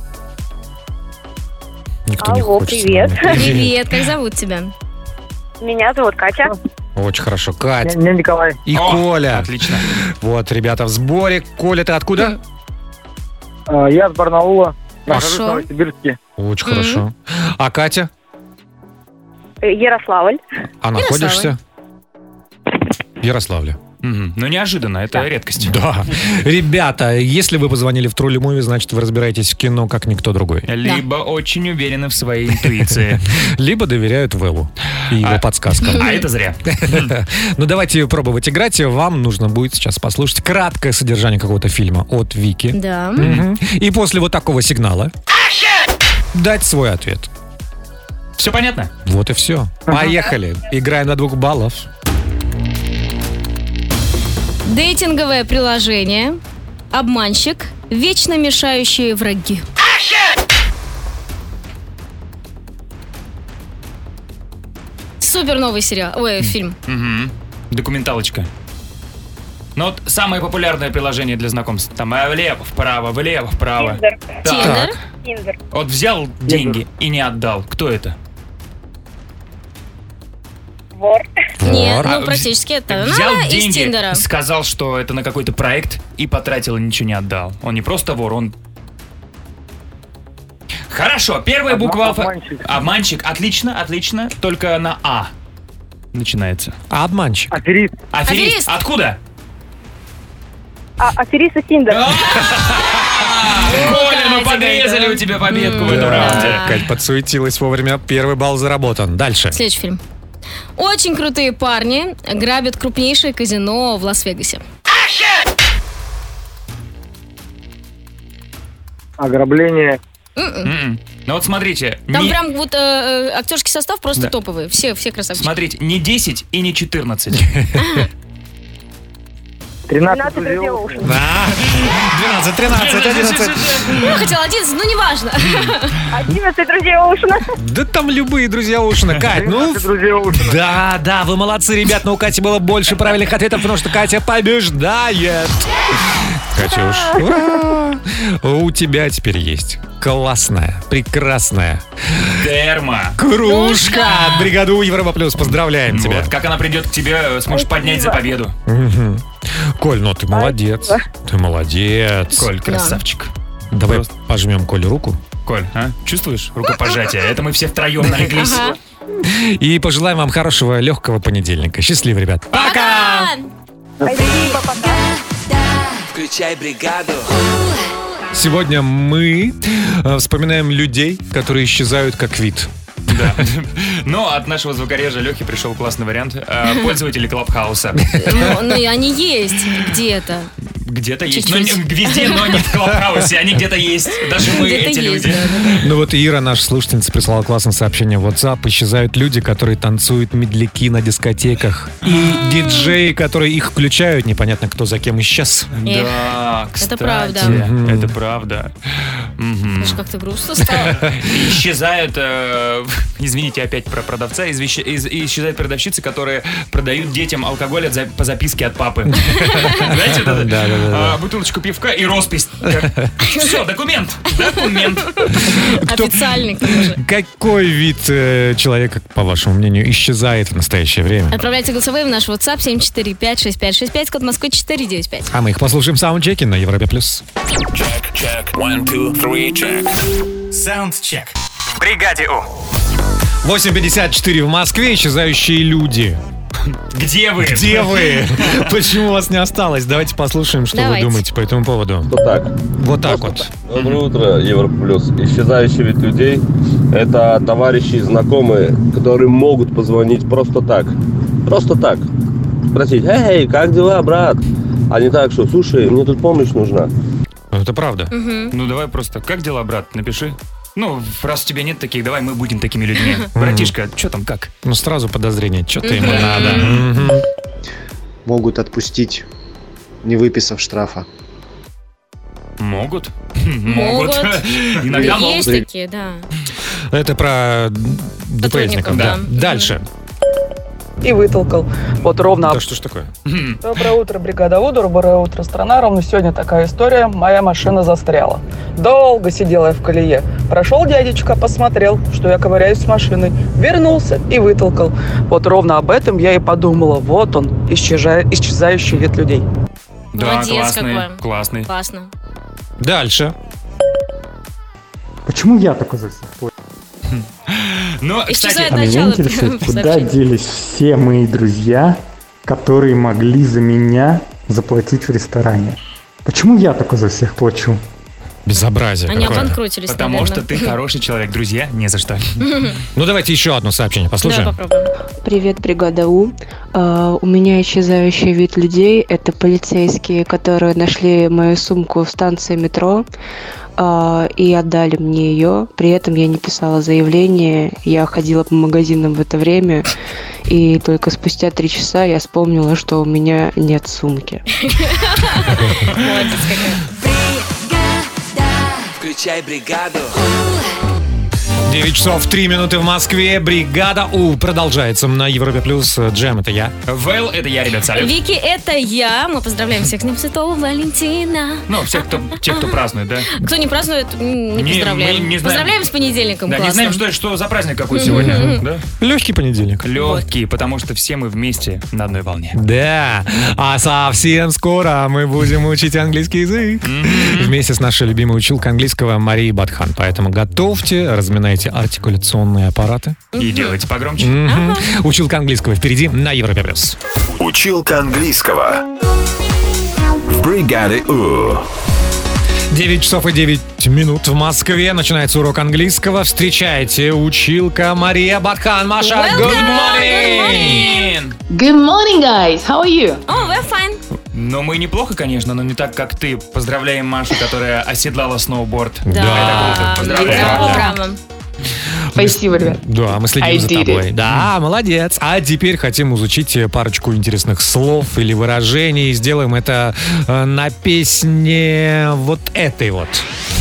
Никто не Алло, хочет. привет. Привет, как зовут тебя? Меня зовут Катя. Очень хорошо. Кать Меня Николай. и О, Коля. Отлично. Вот, ребята, в сборе. Коля, ты откуда? Я с Барнаула. Нахожусь в Новосибирске. Очень хорошо. А Катя? Ярославль. А находишься? В Ярославле. Мгм. Ну, неожиданно, это редкость. Да. Ребята, если вы позвонили в Тролли Муви, значит, вы разбираетесь в кино, как никто другой. Либо очень уверены в своей интуиции. Либо доверяют Вэллу и его А- подсказкам. А это зря. Ну, давайте пробовать играть. Вам нужно будет сейчас послушать краткое содержание какого-то фильма от Вики. Да. Мгм. И после вот такого сигнала дать свой ответ. Все понятно? Вот и все. Поехали. Играем на двух баллов. Дейтинговое приложение, обманщик, вечно мешающие враги. Супер новый сериал, ой, фильм. Мгм. Документалочка. Ну вот самое популярное приложение для знакомств. Там э, влево, вправо, влево, вправо. Тиндер. Так. Тиндер. Тиндер. Вот взял деньги и не отдал. Кто это? Вор. Нет, Вор. ну практически это. Взял Ну, из деньги, Тиндера. сказал, что это на какой-то проект и потратил и ничего не отдал. Он не просто вор, он... Хорошо, первая буква... алфа- Обманщик. Обманщик. Отлично, отлично. Только на А начинается. А обманщик? Аферист. Аферист. Аферист. А, Откуда? аферист из Тиндера. Коля, ну подрезали у тебя победку в этом раунде. Кать подсуетилась вовремя. Первый балл заработан. Дальше. Следующий фильм. Очень крутые парни грабят крупнейшее казино в Лас-Вегасе. Ограбление. М-м. Ну вот смотрите. Там не- прям вот э, э, актерский состав просто Да. топовый. Все, все красавчики. Смотрите, не десять и не четырнадцать. тринадцать друзей Оушена. двенадцать, тринадцать, одиннадцать. Я хотела одиннадцать, ну неважно. одиннадцать друзей Оушена. Да там любые друзья Оушена. Кать, ну... друзей Оушена. Да, да, вы молодцы, ребят, но у Кати было больше правильных ответов, потому что Катя побеждает. Катюш, ура! У тебя теперь есть классная, прекрасная Термо. кружка от бригады У Европа Плюс. Поздравляем тебя. Вот как она придет к тебе, сможешь поднять за победу. Мгм. Коль, ну ты молодец. Ты молодец. Коль, красавчик. Давай пожмем Коле руку. Коль, а? Чувствуешь рукопожатие? Это мы все втроем налеглись. Ага. И пожелаем вам хорошего, легкого понедельника. Счастливо, ребят. Пока! Спасибо, пока. Включай бригаду. Сегодня мы э, вспоминаем людей, которые исчезают как вид. Да. Но от нашего звукорежа Лехи пришел классный вариант. э, Пользователи Клабхауса. Ну, ну, и они есть где-то. Где-то есть. Но Чуть-чуть. не- везде, но не в Клабхаусе. Они где-то есть. Даже мы, Где-то эти есть, люди. Ну вот Ира, наша слушательница, прислала классное сообщение в WhatsApp. Исчезают люди, которые танцуют медляки на дискотеках. И диджеи, которые их включают, непонятно кто за кем исчез. Эх, Да, кстати. правда. Мгм. Это правда. Мгм. Слушай, как-то грустно стало. И исчезают, э, извините опять про продавца, извещ- из- и исчезают продавщицы, которые продают детям алкоголь от за- по записке от папы. Знаете, вот это? Да, да, да, да. А, бутылочку пивка и роспись. Все, документ. Документ. Официальный, к тому же. Какой вид э, человека, по вашему мнению, исчезает в настоящее время? Отправляйте голосовые в наш WhatsApp семь четыре пять шесть пять шесть пять, код Москвы четыре девять пять. А мы их послушаем в саундчеке на Европе+. плюс. Check, check, one, two, three, check. Саундчек. В бригаде У. восемь пятьдесят четыре в Москве. Исчезающие люди. Где вы? Где вы? Почему вас не осталось? Давайте послушаем, что Давайте. вы думаете по этому поводу. Вот так. Вот так вот. Доброе утро, Европа Плюс. Исчезающий вид людей – это товарищи и знакомые, которые могут позвонить просто так. Просто так. Спросить: «Эй, как дела, брат?» А не так, что: «Слушай, мне тут помощь нужна». Это правда. Ну давай просто, как дела, брат, напиши. Ну, раз у тебя нет таких, давай мы будем такими людьми. Братишка, что там, как? Ну сразу подозрение, что-то ему Мгм. надо. Мгм. Могут отпустить, не выписав штрафа. Могут? Могут. Иногда Есть могут. такие, да. Это про ДПСников, да. да. Дальше. И вытолкал. Вот ровно. Да что ж такое? Доброе утро, бригада У, доброе утро, страна. Ровно сегодня такая история. Моя машина застряла. Долго сидела я в колее. Прошел дядечка, посмотрел, что я ковыряюсь с машиной. Вернулся и вытолкал. Вот ровно об этом я и подумала. Вот он, исчезая- исчезающий вид людей. Да, Молодец классный, какой. классный. Классно. Дальше. Почему я такой за всех плачу? Но, Исчезает А меня начало интересует, куда сообщения. делись все мои друзья, которые могли за меня заплатить в ресторане? Почему я такой за всех плачу? Безобразие Они какое. обанкротились, Потому наверное. что ты хороший человек, друзья, не за что. Ну давайте еще одно сообщение послушаем. Да, попробуем. Привет, бригада У. А, у меня исчезающий вид людей. Это полицейские, которые нашли мою сумку в станции метро а, и отдали мне ее. При этом я не писала заявление. Я ходила по магазинам в это время. И только спустя три часа я вспомнила, что у меня нет сумки. Молодец какая. Включай бригаду. девять часов три минуты в Москве. Бригада У продолжается на Европе Плюс. Джем, это я. Вейл, это я, ребят, салют. Вики, это я. Мы поздравляем всех с Днем Святого Валентина. Ну, всех, кто, тех, кто празднует, да? Кто не празднует, м, не Не, поздравляем. мы не знаем. Поздравляем с понедельником. Да, не классно. знаем, что, что за праздник какой Мгм. сегодня. Да? Легкий понедельник. Легкий, потому что все мы вместе на одной волне. Да, а совсем скоро мы будем учить английский язык. Вместе с нашей любимой училкой английского Марией Батхан. Поэтому готовьте, разминайте артикуляционные аппараты. И делайте погромче. Мгм. Училка английского впереди на Европе Плюс. Училка английского в бригаде У. девять часов и девять минут в Москве. Начинается урок английского. Встречайте, училка Мария Батхан. Маша, Welcome. good morning! Good morning, guys. How are you? Oh, we're fine. Ну, мы неплохо, конечно, но не так, как ты. Поздравляем Машу, которая оседлала сноуборд. Да. Это круто. Поздравляем. Браво. Спасибо, ребят. Да, мы следим I за did тобой. it. Да, молодец. А теперь хотим изучить парочку интересных слов или выражений. Сделаем это э, на песне вот этой вот.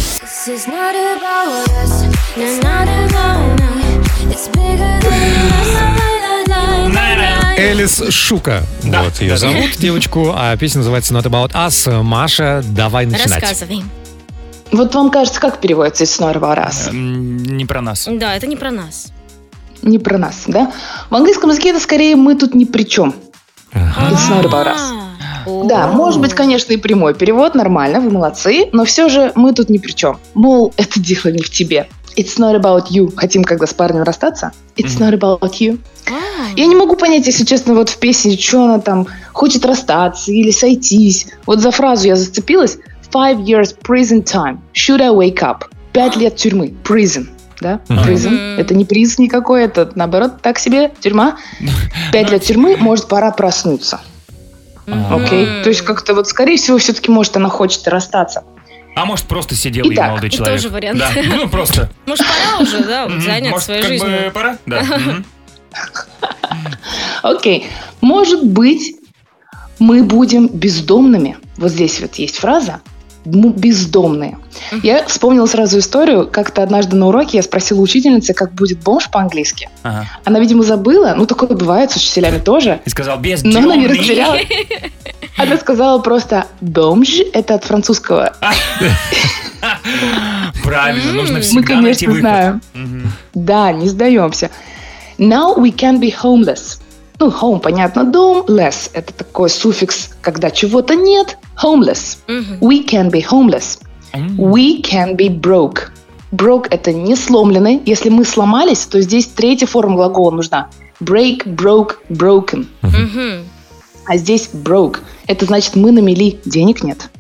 Элис Шука. Да, вот ее да, зовут, девочку. А песня называется Not About Us. Маша, давай начинать. Рассказывай. Вот вам кажется, как переводится из снова раз? Не про нас. Да, это не про нас. Не про нас, да? В английском языке это скорее мы тут ни при чем. It's not about us. Да, может быть, конечно, и прямой перевод, нормально, вы молодцы, но все же мы тут ни при чем. Мол, это дело не в тебе. It's not about you. Хотим, когда с парнем расстаться? It's not about you. Я не могу понять, если честно, вот в песне, что она там хочет расстаться или сойтись. Вот за фразу я зацепилась. Five years prison time. Should I wake up? Пять лет тюрьмы. Prison. Да? Prison. Mm-hmm. Это не приз никакой, это, наоборот, так себе тюрьма. Пять лет тюрьмы, может, пора проснуться. Окей? Okay? То есть, как-то вот, скорее всего, все-таки, может, она хочет расстаться. А может, просто сидел Итак, ей молодой человек. тоже вариант. Да, ну просто. Может, пора уже, да, вот заняться Может, своей как жизнью. бы пора? Да. Мгм. Окей. Может быть, мы будем бездомными. Вот здесь вот есть фраза «мы бездомные». Я вспомнила сразу историю. Как-то однажды на уроке я спросила учительницы, как будет бомж по-английски. Ага. Она, видимо, забыла. Ну, такое бывает с учителями тоже. И сказал, без Но она не растерялась. Она сказала просто «бомж» — это от французского. Правильно, нужно Мы, всегда найти конечно, выход. знаем. Мгм. Да, не сдаемся. Now we can be homeless. Ну, home, понятно, дом. Less — это такой суффикс, когда чего-то нет. Homeless. We can be homeless. We can be broke. Broke — это не сломленный. Если мы сломались, то здесь третья форма глагола нужна. Break, broke, broken. А здесь broke. Это значит, мы на мели, денег нет.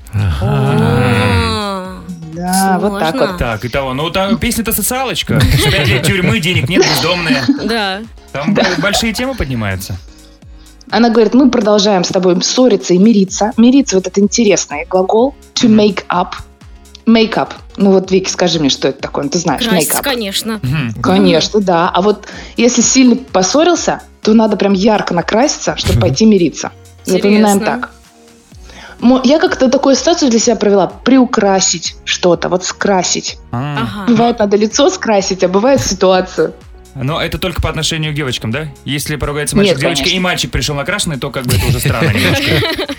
Да, вот так вот. Так, итого, ну там песня-то социалочка. Пять лет тюрьмы, денег нет, бездомные. Да. Там б- большие темы поднимаются. Она говорит, мы продолжаем с тобой ссориться и мириться. Мириться, вот это интересный глагол. To make up. Make up. Ну вот, Вики, скажи мне, что это такое? Ну, ты знаешь, make Краситься, up. конечно. Конечно, да. А вот если сильно поссорился, то надо прям ярко накраситься, чтобы пойти мириться. Запоминаем Интересно. так. Мо- Я как-то такую ситуацию для себя провела. Приукрасить что-то, вот скрасить. Бывает, надо лицо скрасить, а бывает ситуацию. Но это только по отношению к девочкам, да? Если поругается мальчик Нет, с девочкой, конечно. и мальчик пришел накрашенный, то как бы это уже странно немножко.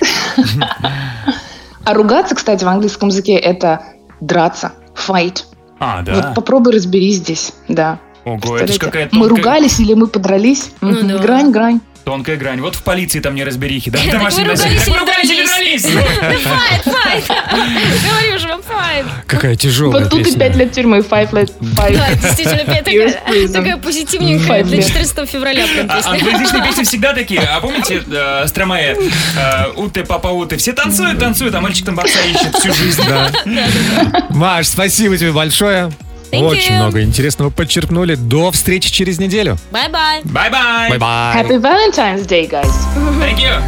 А ругаться, кстати, в английском языке это драться, fight. А, да. Вот попробуй разберись здесь, да. Ого, это ж Представляете? какая-то Мы тонкая, ругались или мы подрались? Мгм. Грань, грань. тонкая грань. Вот в полиции там не разберихи, да? Так Домашнее вы насилие. ругались Так или вы ругались или дрались? дрались? Файт, файт. Говорю же вам, файт. Какая тяжелая Вот тут и песня. пять лет тюрьмы, five lет, five. Да, действительно, опять years такая, prison. такая позитивненькая Five для лет. четырнадцатого февраля прям А песня. англоязычные песни всегда такие. А помните, э, Стромае, э, Уты, Папа Уты, все танцуют, танцуют, а мальчик там бокса ищет всю жизнь. Да. Маш, спасибо тебе большое. Thank Очень you. много интересного подчеркнули. До встречи через неделю. Бай-бай. Бай-бай. Бай-бай. Happy Valentine's Day, guys. Thank you.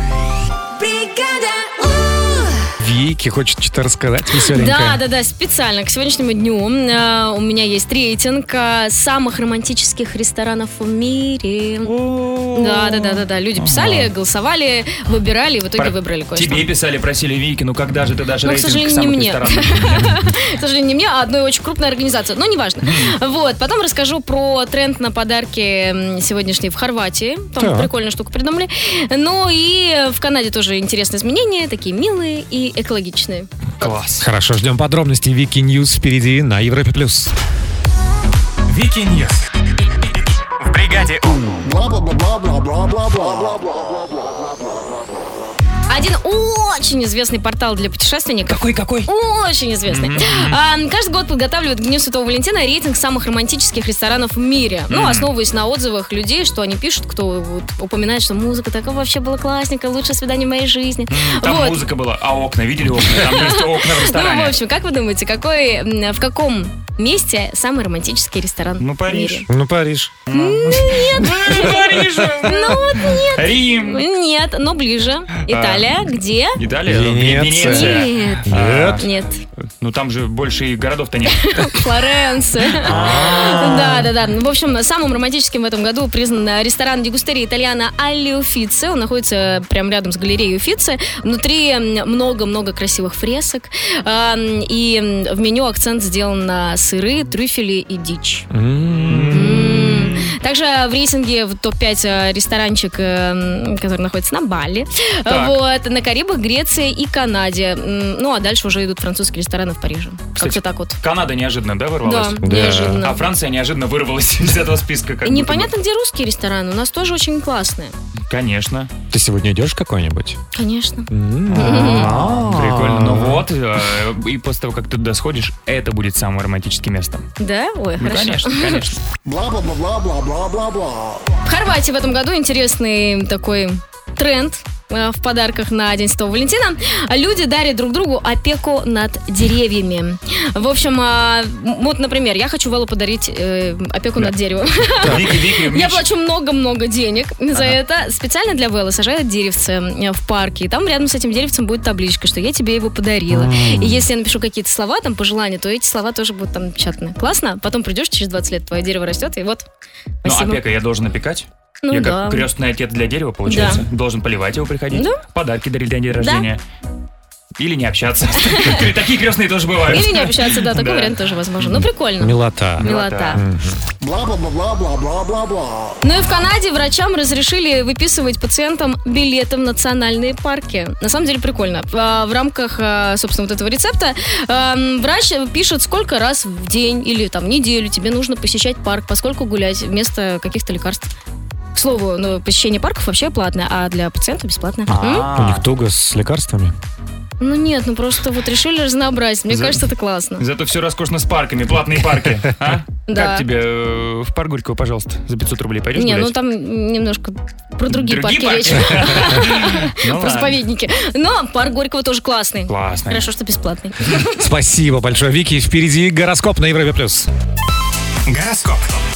Вики хочет что-то рассказать веселенькое. Да, да, да, специально к сегодняшнему дню э, у меня есть рейтинг э, самых романтических ресторанов в мире. Да, да, да, да, да. Люди писали, голосовали, выбирали, и в итоге Про- выбрали кое-что. Тебе писали, просили, Вики, ну когда же ты дашь Ну, к рейтинг сожалению, не самых мне. ресторанов? К сожалению, не мне, а одной очень крупной организации. Но неважно. Вот, потом расскажу про тренд на подарки м, сегодняшний в Хорватии. Там Так. прикольную штуку придумали. Ну и в Канаде тоже интересные изменения, такие милые и экологичные. Класс. Хорошо, ждем подробностей. Вики Ньюс впереди на Европе+. плюс. Вики Ньюс. В бригаде У. Один очень известный портал для путешественников. Какой-какой? Очень известный. Мгм. А, каждый год подготавливают к Дню Святого Валентина рейтинг самых романтических ресторанов в мире. Ну, Мгм. основываясь на отзывах людей, что они пишут, кто вот упоминает, что музыка такая вообще была классненькая, лучшее свидание в моей жизни. Там Вот. музыка была, а окна, видели окна? Там есть окна в Ну, ресторане. в общем, как вы думаете, какой, м, в каком месте самый романтический ресторан Ну, в Париж. мире? Ну, Париж. Нет. Париж. Ну вот нет. Рим. Нет, но ближе. Италия. Где? Италия? Венеция. Венеция. Нет. А, Нет. Ну, там же больше и городов-то нет. Флоренция. Да, да, да. В общем, самым романтическим в этом году признан ресторан дегустерии итальяна Алли Уффици. Он находится прямо рядом с галереей Уффици. Внутри много-много красивых фресок. А, И в меню акцент сделан на сыры, трюфели и дичь. М. Также в рейтинге в топ пять ресторанчик, э, который находится на Бали. Так. Вот, на Карибах, Греции и Канаде. М, Ну, а дальше уже идут французские рестораны в Париже. Кстати, Как-то так вот. Канада неожиданно, да, вырвалась? Да, Да. неожиданно. А Франция неожиданно вырвалась из этого списка. как И будто непонятно, где русские рестораны. У нас тоже очень классные. бы. Конечно. Ты сегодня идешь в какой-нибудь? Конечно. Прикольно. Ну вот, э, и после того, как ты туда сходишь, это будет самым романтическим местом. Да? Ой, Ну, хорошо. конечно, конечно. Бла-бла-бла-бла-бла-бла-бла. В Хорватии в этом году интересный такой тренд э, в подарках на День Святого Валентина. Люди дарят друг другу опеку над деревьями. В общем, а, м, вот, например, я хочу Вэллу подарить э, опеку над деревом. Вики, Вики, Я мне плачу много-много денег за это. Специально для Вэллы сажают деревце э, в парке. И там рядом с этим деревцем будет табличка, что я тебе его подарила. М. И если я напишу какие-то слова, там, пожелания, то эти слова тоже будут там напечатаны. Классно? Потом придешь, через двадцать лет твое дерево растет, и вот. Ну, Спасибо. опека я должен опекать? Ну Я да. как крестный отец для дерева, получается? Должен поливать его, приходить? Да. Подарки дарить для день Да. рождения? Или не общаться? Такие крестные тоже бывают. Или не общаться, да, такой Да. вариант тоже возможен. Ну, прикольно. Милота. Милота. Мгм. Бла-бла-бла-бла-бла-бла-бла. Ну и в Канаде врачам разрешили выписывать пациентам билеты в национальные парки. На самом деле прикольно. А, В рамках, а, собственно, вот этого рецепта а, врач пишет, сколько раз в день или там неделю тебе нужно посещать парк, поскольку гулять вместо каких-то лекарств. К слову, ну, посещение парков вообще платное, а для пациента бесплатно. М? У них туго с лекарствами. Ну нет, ну просто вот решили разнообразить. Мне За- кажется, это классно. Зато все роскошно с парками, платные парки. А? Да. Как тебе э, в парк Горького, пожалуйста, за пятьсот рублей пойдешь Не, гулять? ну там немножко про другие, Другие парки, парки? речь. Ну Про ладно. заповедники. Но парк Горького тоже классный. Классный. Хорошо, что бесплатный. Спасибо большое, Вики. Впереди гороскоп на Европе+. плюс. Гороскоп.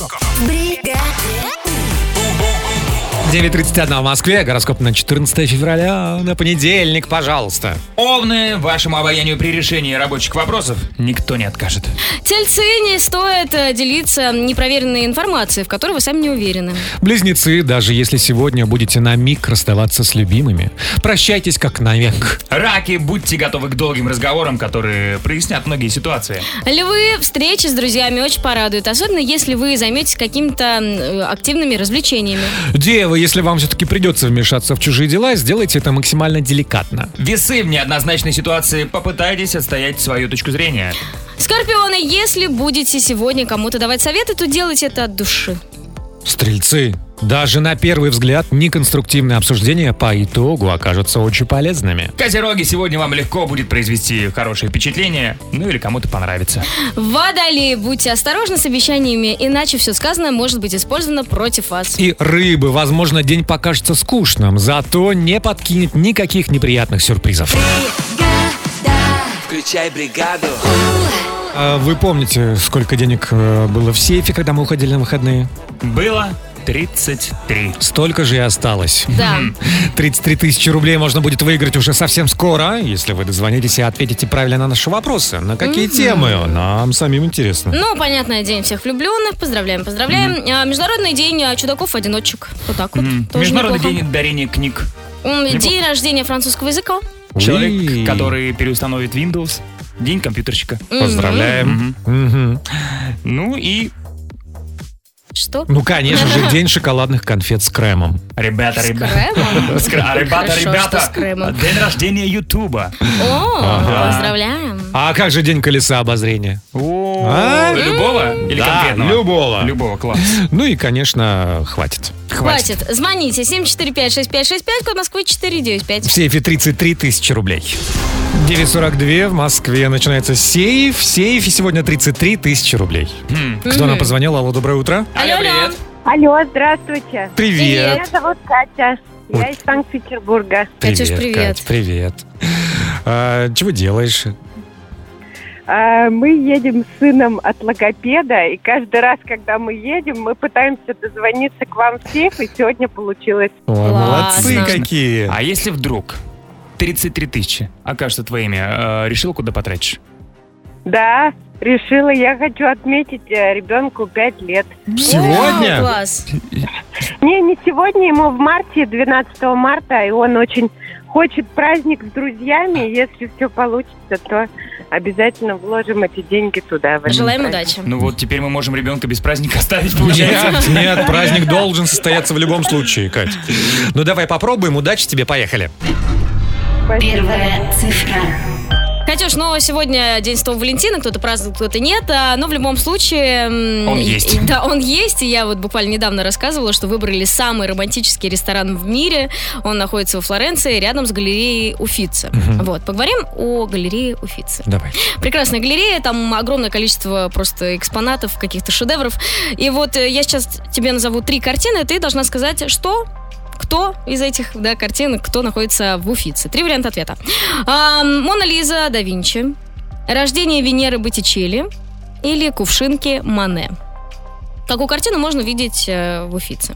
девять тридцать один в Москве. Гороскоп на четырнадцатое февраля. На понедельник, пожалуйста. Овны, вашему обаянию при решении рабочих вопросов никто не откажет. Тельцы, не стоит э, делиться непроверенной информацией, в которой вы сами не уверены. Близнецы, даже если сегодня будете на миг расставаться с любимыми, прощайтесь как навек. Раки, будьте готовы к долгим разговорам, которые прояснят многие ситуации. Львы, встречи с друзьями очень порадуют, особенно если вы займетесь какими-то э, активными развлечениями. Девы, если вам все-таки придется вмешаться в чужие дела, сделайте это максимально деликатно. Весы, в неоднозначной ситуации попытайтесь отстоять свою точку зрения. Скорпионы, если будете сегодня кому-то давать советы, то делайте это от души. Стрельцы, даже на первый взгляд неконструктивные обсуждения по итогу окажутся очень полезными. Козероги, сегодня вам легко будет произвести хорошее впечатление, ну или кому-то понравится. Водолеи, будьте осторожны с обещаниями, иначе все сказанное может быть использовано против вас. И рыбы, возможно, день покажется скучным, зато не подкинет никаких неприятных сюрпризов. Включай бригаду. А вы помните, сколько денег э, было в сейфе, когда мы уходили на выходные? Было тридцать три. Столько же и осталось. Да. тридцать три тысячи рублей можно будет выиграть уже совсем скоро, если вы дозвонитесь и ответите правильно на наши вопросы. На какие Мгм. темы? Нам самим интересно. Ну, понятно, день всех влюбленных. Поздравляем, поздравляем. А, Международный день а, чудаков-одиночек. Вот так вот. М. Тоже Международный неплохо. день дарения книг. М, Неплохо. День рождения французского языка. Человек, Уи. который переустановит Windows. День компьютерщика. Мгм. Поздравляем. Мгм. Ну и... Что? Ну, конечно же, день шоколадных конфет с кремом. Ребята, С ребята. кремом? С кре- а, Ребята, Хорошо, ребята. что с кремом. День рождения Ютуба. О, Ага. поздравляем. А как же день колеса обозрения? О, А? Любого или Да, конкретного? любого. Любого, класс. Ну и, конечно, хватит. Хватит. Звоните семь четыре пять шесть пять шесть пять, код Москвы четыре девять пять. В сейфе тридцать три тысячи рублей. девять сорок два в Москве начинается сейф. В сейфе сегодня тридцать три тысячи рублей. Кто нам позвонил? Алло, доброе утро. Алло, привет. Алло, здравствуйте. Привет. Меня зовут Катя. Я из Санкт-Петербурга. Привет, Кать, привет. А, чего делаешь? А, Мы едем с сыном от логопеда, и каждый раз, когда мы едем, мы пытаемся дозвониться к вам в сейф, и сегодня получилось. Ой, молодцы Отлично. какие. А если вдруг тридцать три тысячи окажется твоими, э, решил, куда потратишь? Да, решила. Я хочу отметить э, ребенку пять лет. Сегодня? Вау, класс. Не, не сегодня, ему в марте, двенадцатого марта, и он очень хочет праздник с друзьями. Если все получится, то обязательно вложим эти деньги туда. в этот Желаем праздник. удачи. Ну вот теперь мы можем ребенка без праздника оставить, получается. Нет, нет, праздник должен состояться в любом случае, Кать. Ну давай попробуем, удачи тебе, поехали. Первая цифра. Катюш, ну сегодня День Святого Валентина, кто-то празднует, кто-то нет, а, но в любом случае... м, Он и- есть. и- Да, он есть, и я вот буквально недавно рассказывала, что выбрали самый романтический ресторан в мире. Он находится во Флоренции, рядом с галереей Уффици. Мгм. Вот, поговорим о галерее Уффици. Давай. Прекрасная галерея, там огромное количество просто экспонатов, каких-то шедевров. И вот э, я сейчас тебе назову три картины, ты должна сказать, что... Кто из этих да, картин, кто находится в Уффици? Три варианта ответа. А, Мона Лиза да Винчи, Рождение Венеры Боттичелли или Кувшинки Мане. Какую картину можно видеть э, в Уффици?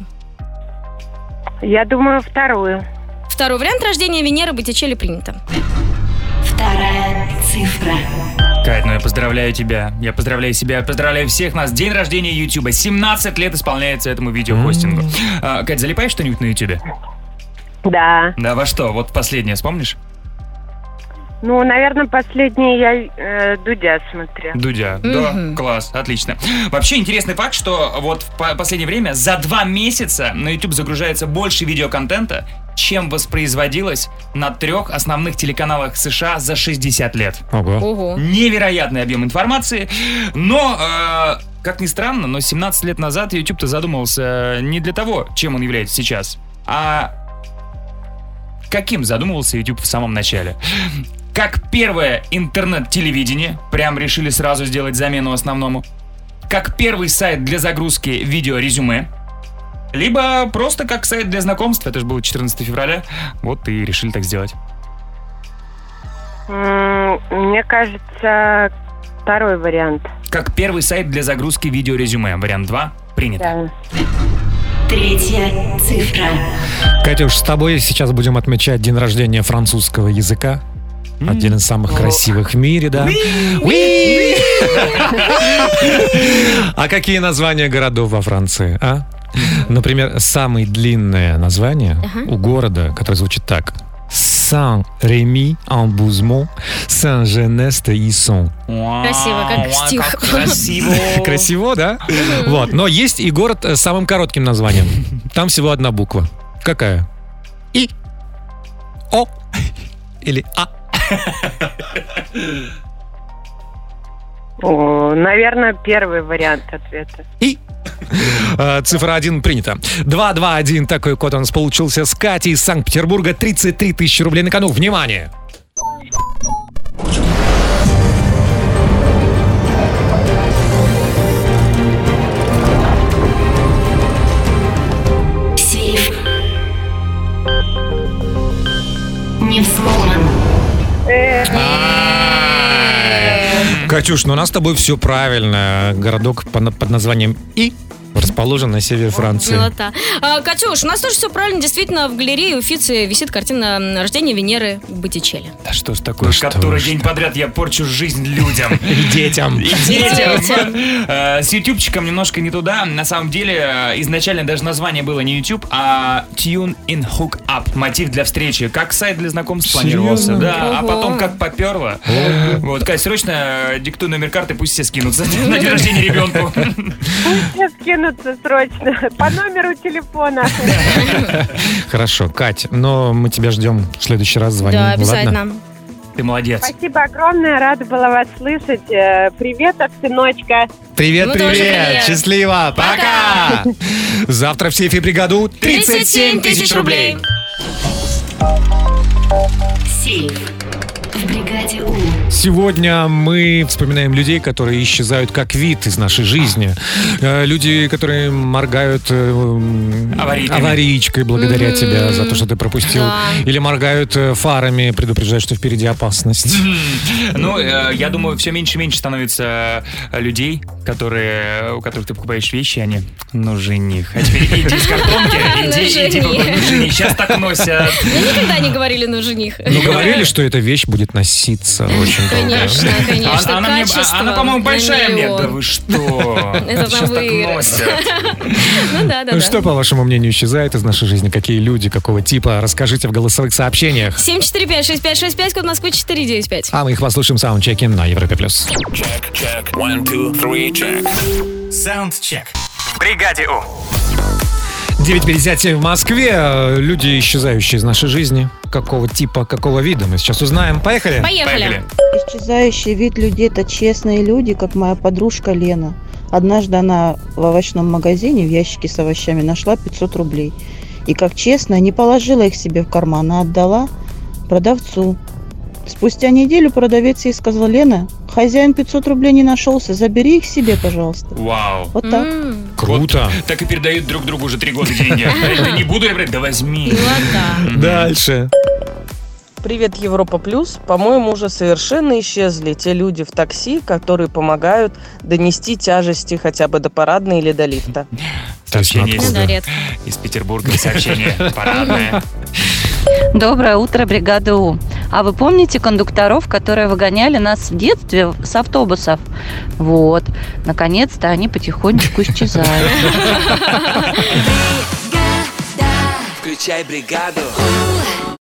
Я думаю, вторую. Второй вариант. Рождение Венеры Боттичелли принято. Вторая цифра. Кать, ну я поздравляю тебя. Я поздравляю себя, поздравляю всех нас. День рождения Ютуба. семнадцать лет исполняется этому видеохостингу. А, Кать, залипаешь что-нибудь на Ютубе? Да. Да, во что? Вот последнее, вспомнишь? Ну, наверное, последнее я э, Дудя смотрю. Дудя. Мгм. Да, класс, отлично. Вообще интересный факт, что вот в по- последнее время за два месяца на YouTube загружается больше видеоконтента, чем воспроизводилось на трех основных телеканалах США за шестьдесят лет. Ого. Ого. Невероятный объем информации, но... э, как ни странно, но семнадцать лет назад YouTube-то задумывался не для того, чем он является сейчас, а каким задумывался YouTube в самом начале. Как первое интернет-телевидение, прям решили сразу сделать замену основному. Как первый сайт для загрузки видео-резюме. Либо просто как сайт для знакомств, это же было четырнадцатого февраля, вот и решили так сделать. М, Мне кажется, второй вариант. Как первый сайт для загрузки видео-резюме. Вариант два принято. Третья цифра. Катюш, с тобой сейчас будем отмечать день рождения французского языка. Один из самых красивых в мире, да. Уи! А какие названия городов во Франции, а? Например, самое длинное название у города, которое звучит так. Сан-Реми-en-Бузмон, Сан-Женес-де-Иссон. Красиво, как стих. Красиво. Красиво, да? Вот. Но есть и город с самым коротким названием. Там всего одна буква. Какая? И. О. Или А. О, наверное, первый вариант ответа. Э, Цифра один принята. два два один такой код у нас получился с Катей из Санкт-Петербурга. тридцать три тысячи рублей на кону. Внимание! Сейф не взломан. Катюш, ну у нас с тобой все правильно. Городок по- под названием И расположен на севере Франции. Милота. А, Катюш, у нас тоже все правильно. Действительно, в галерее Уффици висит картина «Рождение Венеры Боттичелли». Да что ж такое, который день подряд я порчу жизнь людям. И детям. И детям. Э, С ютубчиком немножко не туда. На самом деле, э, изначально даже название было не YouTube, а Tune in Hook Up. Мотив для встречи. Как сайт для знакомств планировался. Серьезно? Да, а Ого. потом как поперло. Вот, Кать, срочно э, диктуй номер карты, пусть все скинутся на день рождения ребенку. Все скинутся срочно по номеру телефона. Хорошо, Кать, но мы тебя ждем в следующий раз. Звони. Да, ладно? обязательно. Ты молодец. Спасибо огромное, рада была вас слышать. Э, Привет от сыночка. Привет, Ну, тоже привет. привет. Счастливо. Пока. Завтра в сейфе бригаду тридцать семь тысяч рублей. Сейф в бригаде У. Сегодня мы вспоминаем людей, которые исчезают как вид из нашей жизни. Э, Люди, которые моргают э, Аварийками. аварийкой благодаря Мгм. тебе за то, что ты пропустил. Да. Или моргают э, фарами, предупреждая, что впереди опасность. Ну, э, я думаю, все меньше и меньше становится э, людей, которые, у которых ты покупаешь вещи, они, ну, жених. А теперь иди из картонки, иди, иди, жених. покупай, ну, жених. Сейчас так носят. Ну, никогда не говорили, ну, жених. Ну, говорили, что эта вещь будет носиться очень долго. Конечно, конечно. А- она, мне- Качество она, по-моему, на большая мне. миллион. Да вы что? Это на Сейчас так вырос. носят. Ну да, да, Ну, да. Что, по вашему мнению, исчезает из нашей жизни? Какие люди, какого типа? Расскажите в голосовых сообщениях. семь четыре пять шесть пять шесть пять, код Москвы четыре девять пять. А мы их послушаем в саундчеке на Европе+. плюс. Check, check. One, two, three, check. Soundcheck. В бригаде У. девять пятьдесят семь в Москве. Люди, исчезающие из нашей жизни. Какого типа, какого вида? Мы сейчас узнаем. Поехали? Поехали. Исчезающий вид людей – это честные люди, как моя подружка Лена. Однажды она в овощном магазине в ящике с овощами нашла пятьсот рублей. И как честно, не положила их себе в карман, а отдала продавцу. Спустя неделю продавец ей сказал: Лена, хозяин пятьсот рублей не нашелся, забери их себе, пожалуйста. Вау. Вот так. Круто. Вот так и передают друг другу уже три года деньги. Да не буду я брать, да возьми. Дальше. Привет, Европа Плюс. По-моему, уже совершенно исчезли те люди в такси, которые помогают донести тяжести хотя бы до парадной или до лифта. Сообщение Ну из, да, редко. из Петербурга. Сообщение парадное. Доброе утро, бригада У. А вы помните кондукторов, которые выгоняли нас в детстве с автобусов? Вот. Наконец-то они потихонечку исчезают. Включай бригаду.